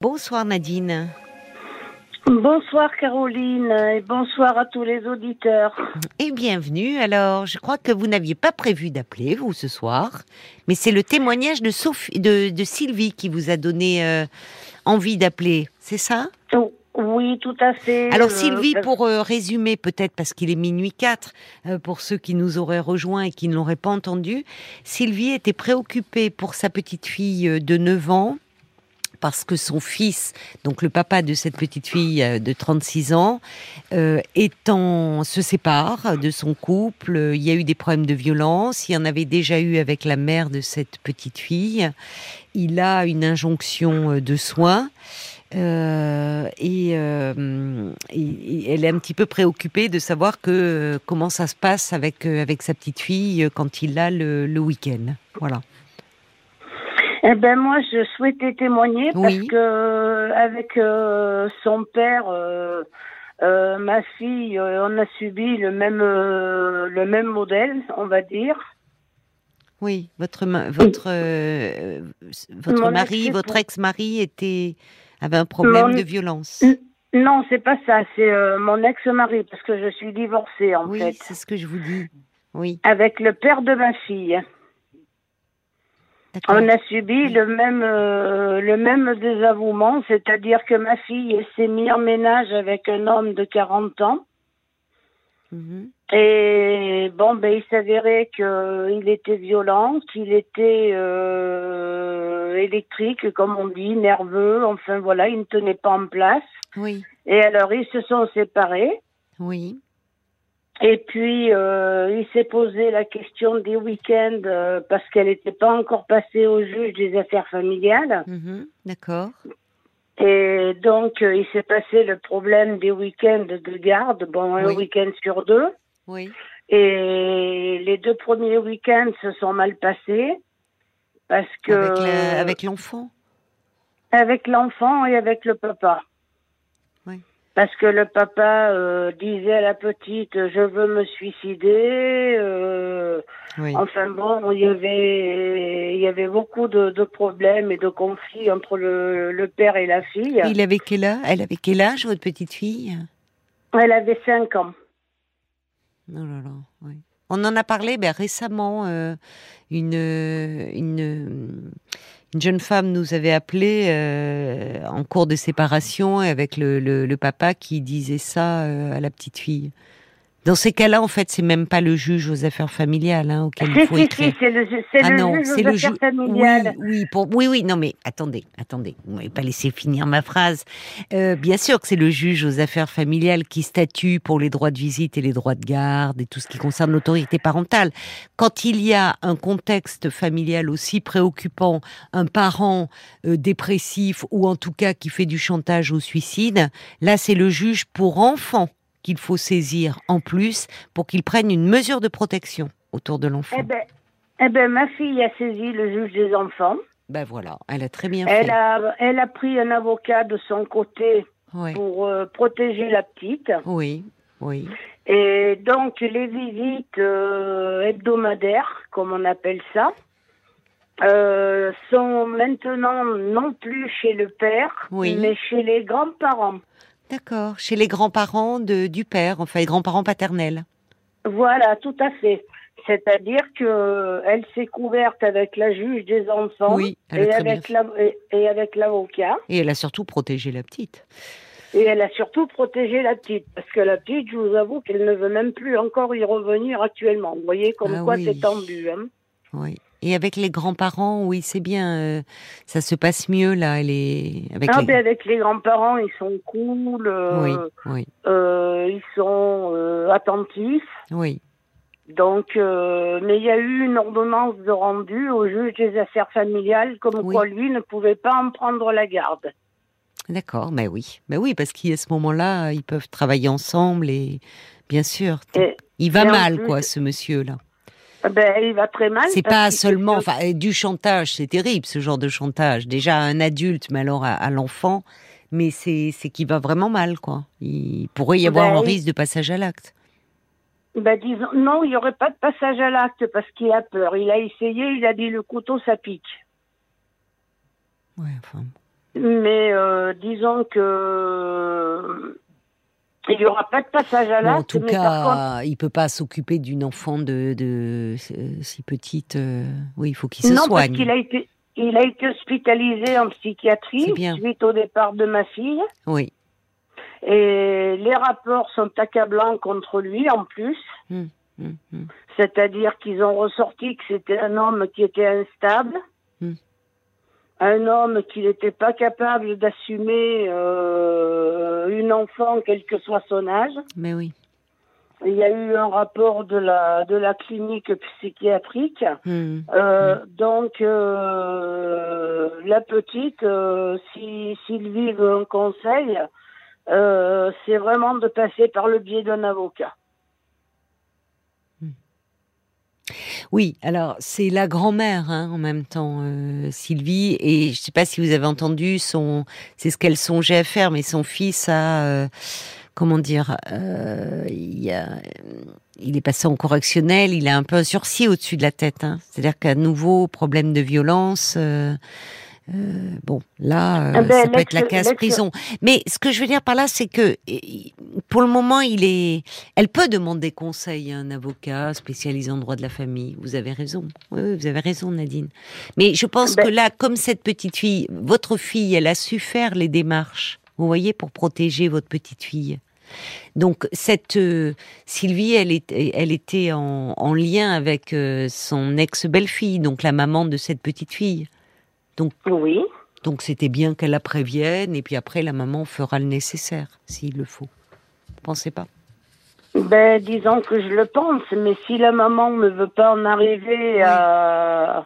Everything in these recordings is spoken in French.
Bonsoir Nadine. Bonsoir Caroline et bonsoir à tous les auditeurs. Et bienvenue. Alors, je crois que vous n'aviez pas prévu d'appeler, vous, ce soir, mais c'est le témoignage de Sylvie qui vous a donné envie d'appeler, c'est ça ? Oh, oui, tout à fait. Alors Sylvie, pour résumer peut-être, parce qu'il est minuit 4, pour ceux qui nous auraient rejoints et qui ne l'auraient pas entendu, Sylvie était préoccupée pour sa petite fille de 9 ans, parce que son fils, donc le papa de cette petite fille de 36 ans, se sépare de son couple. Il y a eu des problèmes de violence. Il y en avait déjà eu avec la mère de cette petite fille. Il a une injonction de soins. Et elle est un petit peu préoccupée de savoir comment ça se passe avec sa petite fille quand il l'a le week-end. Voilà. Eh ben moi, je souhaitais témoigner parce Oui. que avec son père, ma fille, on a subi le même modèle, on va dire. Oui, votre mari, votre ex-mari avait un problème de violence. Non, c'est pas ça, c'est mon ex-mari parce que je suis divorcée en fait. Oui, c'est ce que je vous dis. Oui. Avec le père de ma fille. D'accord. On a subi le même désavouement, c'est-à-dire que ma fille s'est mise en ménage avec un homme de 40 ans. Mm-hmm. Et bon, il s'avérait qu'il était violent, qu'il était électrique, comme on dit, nerveux. Enfin voilà, il ne tenait pas en place. Oui. Et alors ils se sont séparés. Oui. Et puis, il s'est posé la question des week-ends parce qu'elle n'était pas encore passée au juge des affaires familiales. Mm-hmm. D'accord. Et donc, il s'est passé le problème des week-ends de garde, un week-end sur 2. Oui. Et les 2 premiers week-ends se sont mal passés parce que... Avec l'enfant ? Avec l'enfant et avec le papa. Parce que le papa disait à la petite « je veux me suicider ». Enfin bon, il y avait beaucoup de problèmes et de conflits entre le père et la fille. Elle avait quel âge, votre petite fille ? Elle avait 5 ans. Oh là là, oui. On en a parlé récemment. Une jeune femme nous avait appelé en cours de séparation avec le papa qui disait ça à la petite fille. Dans ces cas-là, en fait, c'est même pas le juge aux affaires familiales auquel il faut écrire. Si, c'est le juge aux affaires familiales. Oui, non mais attendez, vous m'avez pas laissé finir ma phrase. Bien sûr que c'est le juge aux affaires familiales qui statue pour les droits de visite et les droits de garde et tout ce qui concerne l'autorité parentale. Quand il y a un contexte familial aussi préoccupant, un parent dépressif ou en tout cas qui fait du chantage au suicide, là c'est le juge pour enfants qu'il faut saisir en plus pour qu'il prenne une mesure de protection autour de l'enfant. Eh ben, ma fille a saisi le juge des enfants. Ben voilà, elle a très bien fait. Elle a pris un avocat de son côté pour protéger la petite. Oui. Et donc, les visites hebdomadaires, comme on appelle ça, sont maintenant non plus chez le père, mais chez les grands-parents. D'accord, chez les grands-parents du père, enfin les grands-parents paternels. Voilà, tout à fait. C'est-à-dire que elle s'est couverte avec la juge des enfants et avec l'avocat. Et elle a surtout protégé la petite. Et elle a surtout protégé la petite, parce que la petite, je vous avoue qu'elle ne veut même plus encore y revenir actuellement. Vous voyez comme c'est tendu. Oui. Et avec les grands-parents, oui, c'est bien. Ça se passe mieux, là. Avec les grands-parents, ils sont cool. Ils sont attentifs. Oui. Donc, mais il y a eu une ordonnance de rendu au juge des affaires familiales, comme quoi lui ne pouvait pas en prendre la garde. D'accord, mais oui, parce qu'à ce moment-là, ils peuvent travailler ensemble et, bien sûr, il va mal, ce monsieur-là. Il va très mal. C'est pas seulement, du chantage, c'est terrible ce genre de chantage. Déjà à un adulte, mais alors à l'enfant, mais c'est qu'il va vraiment mal, quoi. Il pourrait y avoir un risque de passage à l'acte. Disons, non, il n'y aurait pas de passage à l'acte parce qu'il a peur. Il a essayé, il a dit le couteau, ça pique. Ouais, enfin. Mais disons que il n'y aura pas de passage à l'acte. En tout cas, il peut pas s'occuper d'une enfant de si petite. Oui, il faut qu'il se soigne. Non, parce qu'il a été hospitalisé en psychiatrie suite au départ de ma fille. Oui. Et les rapports sont accablants contre lui en plus. C'est-à-dire qu'ils ont ressorti que c'était un homme qui était instable. Un homme qui n'était pas capable d'assumer une enfant, quel que soit son âge. Mais oui. Il y a eu un rapport de la clinique psychiatrique. Donc, la petite, si Sylvie veut un conseil, c'est vraiment de passer par le biais d'un avocat. Oui, alors c'est la grand-mère en même temps, Sylvie, et je ne sais pas si vous avez entendu, c'est ce qu'elle songeait à faire, mais son fils a, comment dire, il est passé en correctionnel, il a un peu un sursis au-dessus de la tête, c'est-à-dire qu'à nouveau, problème de violence... bon, là, ça peut être la casse-prison. Mais ce que je veux dire par là, c'est que pour le moment, elle peut demander conseil à un avocat spécialisé en droit de la famille. Vous avez raison. Oui, vous avez raison, Nadine. Mais je pense que là, comme cette petite fille, votre fille, elle a su faire les démarches, vous voyez, pour protéger votre petite fille. Donc cette Sylvie, elle était en lien avec son ex-belle-fille, donc la maman de cette petite fille. Donc, oui. Donc c'était bien qu'elle la prévienne, et puis après la maman fera le nécessaire, s'il le faut. Vous pensez pas? Disons que je le pense, mais si la maman ne veut pas en arriver à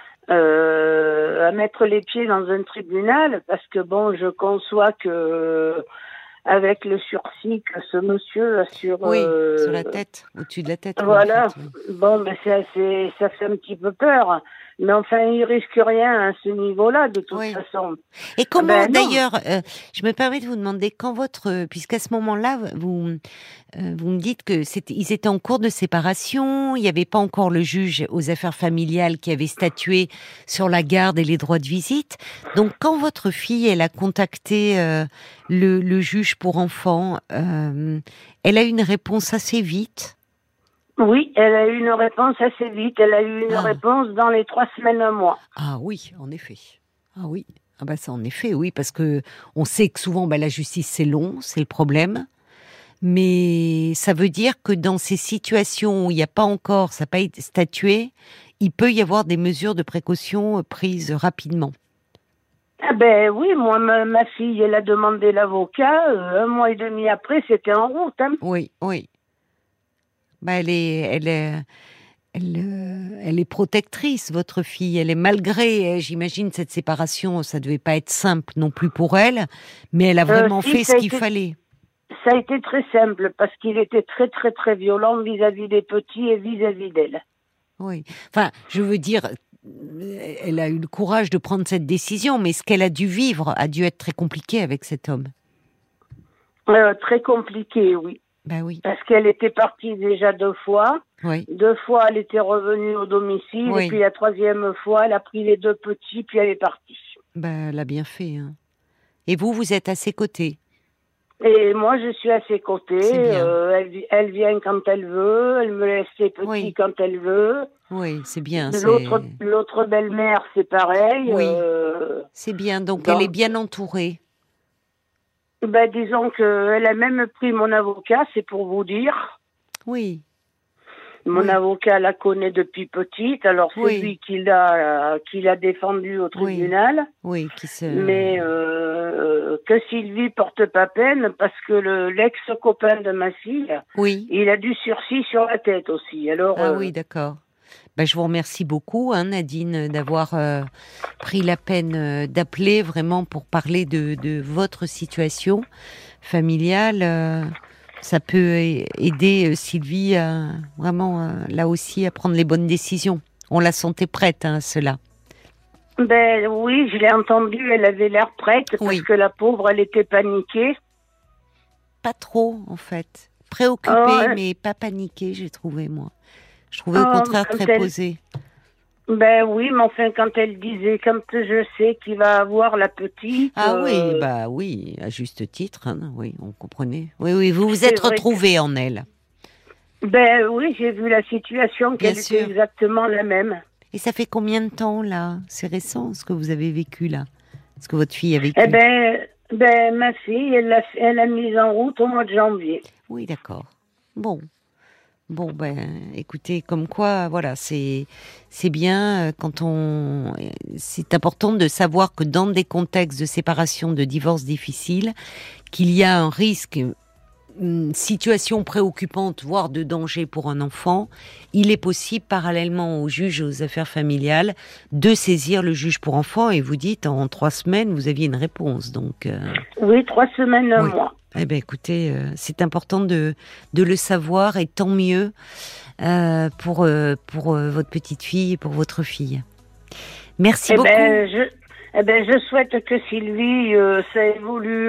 mettre les pieds dans un tribunal, parce que bon, je conçois que avec le sursis que ce monsieur a sur la tête, au-dessus de la tête. Voilà. En fait, oui. Bon, ça fait un petit peu peur. Mais enfin, il risque rien à ce niveau-là, de toute façon. Et comment, d'ailleurs, je me permets de vous demander, puisqu'à ce moment-là, vous me dites que ils étaient en cours de séparation, il n'y avait pas encore le juge aux affaires familiales qui avait statué sur la garde et les droits de visite. Donc, quand votre fille, elle a contacté le juge pour enfants, elle a eu une réponse assez vite. Oui, elle a eu une réponse assez vite. Elle a eu une réponse dans les 3 semaines, un mois. Ah oui, en effet. Ah oui. Ah bah ça, en effet, oui, parce que on sait que souvent, la justice, c'est long, c'est le problème. Mais ça veut dire que dans ces situations où il n'y a pas encore, ça n'a pas été statué, il peut y avoir des mesures de précaution prises rapidement. Ah oui, moi, ma fille, elle a demandé l'avocat. 1 mois et demi après, c'était en route. Oui. Elle est protectrice, votre fille. Elle est malgré, j'imagine, cette séparation, ça devait pas être simple non plus pour elle, mais elle a vraiment fait ce qu'il fallait. Ça a été très simple parce qu'il était très très très violent vis-à-vis des petits et vis-à-vis d'elle. Oui. Enfin, je veux dire, elle a eu le courage de prendre cette décision, mais ce qu'elle a dû vivre a dû être très compliqué avec cet homme. Très compliqué, oui. Oui. Parce qu'elle était partie déjà 2 fois. Oui. 2 fois, elle était revenue au domicile. Oui. Et puis la 3e fois, elle a pris les 2 petits, puis elle est partie. Elle a bien fait. Et vous êtes à ses côtés? Et moi, je suis à ses côtés. Elle vient quand elle veut. Elle me laisse ses petits quand elle veut. Oui, c'est bien. L'autre belle-mère, c'est pareil. Oui. C'est bien. Donc, elle est bien entourée. Disons qu'elle a même pris mon avocat, c'est pour vous dire. Oui. Mon avocat la connaît depuis petite, alors c'est lui qui l'a défendue au tribunal. Oui, Mais que Sylvie porte pas peine parce que l'ex-copain de ma fille, il a du sursis sur la tête aussi. Alors, oui, d'accord. Je vous remercie beaucoup, Nadine, d'avoir pris la peine d'appeler vraiment pour parler de votre situation familiale. Ça peut aider Sylvie vraiment là aussi à prendre les bonnes décisions. On la sentait prête à cela. Oui, je l'ai entendu, elle avait l'air prête parce que la pauvre, elle était paniquée. Pas trop, en fait. Préoccupée, mais pas paniquée, j'ai trouvé, moi. Je trouvais au contraire très posée. Ben oui, mais enfin, quand elle disait, quand je sais qu'il va avoir la petite... Ah oui, bah oui, à juste titre, hein, oui, on comprenait. Oui, oui, vous vous êtes retrouvée en elle. Ben oui, j'ai vu la situation, qu'elle sûr. était exactement la même. Et ça fait combien de temps, là? C'est récent, ce que vous avez vécu, là? Ce que votre fille a vécu? Eh ben, ma fille, elle a mis en route au mois de janvier. Oui, d'accord. Bon, ben, écoutez, comme quoi, voilà, c'est bien c'est important de savoir que dans des contextes de séparation, de divorce difficiles, qu'il y a un risque, une situation préoccupante, voire de danger pour un enfant. Il est possible, parallèlement au juge aux affaires familiales, de saisir le juge pour enfants. Et vous dites, en 3 semaines, vous aviez une réponse. Donc, oui, 3 semaines, un mois. Eh ben, écoutez, c'est important de le savoir, et tant mieux pour votre petite fille et pour votre fille. Merci beaucoup. Je souhaite que Sylvie, ça évolue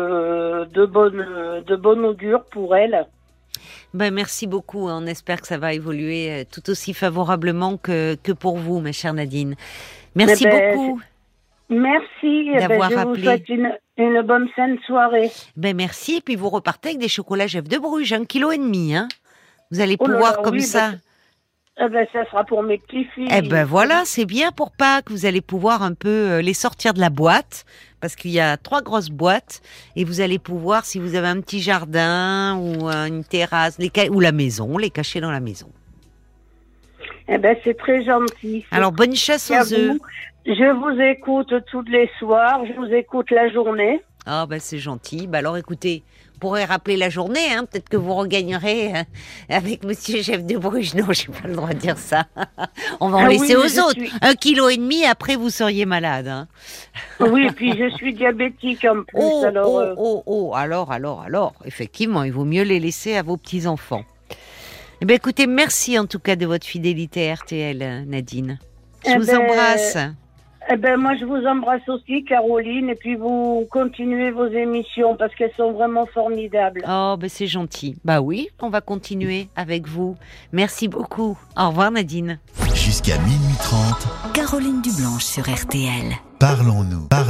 de bonne augure pour elle. Ben, merci beaucoup. On espère que ça va évoluer tout aussi favorablement que pour vous, ma chère Nadine. Merci beaucoup. Merci d'avoir je appelé. vous souhaite une bonne fin de soirée. Ben merci, et puis vous repartez avec des chocolats Jeff de Bruges, 1,5 kg, hein. Vous allez pouvoir ça. Ça sera pour mes petits-filles. Eh ben voilà, c'est bien pour Pâques. Vous allez pouvoir un peu les sortir de la boîte, parce qu'il y a 3 grosses boîtes, et vous allez pouvoir, si vous avez un petit jardin ou une terrasse, ou la maison, les cacher dans la maison. Eh ben c'est très gentil. Alors bonne chasse aux œufs. Je vous écoute tous les soirs, je vous écoute la journée. Ah ben c'est gentil. Ben alors écoutez, vous pourrez rappeler la journée, hein. Peut-être que vous regagnerez avec Monsieur Jeff de Bruges. Non, j'ai pas le droit de dire ça. On va en laisser aux autres. 1,5 kg, après vous seriez malade. Hein. Oui, et puis je suis diabétique en plus. Alors, effectivement, il vaut mieux les laisser à vos petits-enfants. Eh bien, écoutez, merci en tout cas de votre fidélité à RTL, Nadine. Je vous embrasse. Moi, je vous embrasse aussi, Caroline, et puis vous continuez vos émissions parce qu'elles sont vraiment formidables. Oh, ben c'est gentil. Bah oui, on va continuer avec vous. Merci beaucoup. Au revoir, Nadine. Jusqu'à 12h30. Caroline Dublanche sur RTL. Parlons-nous.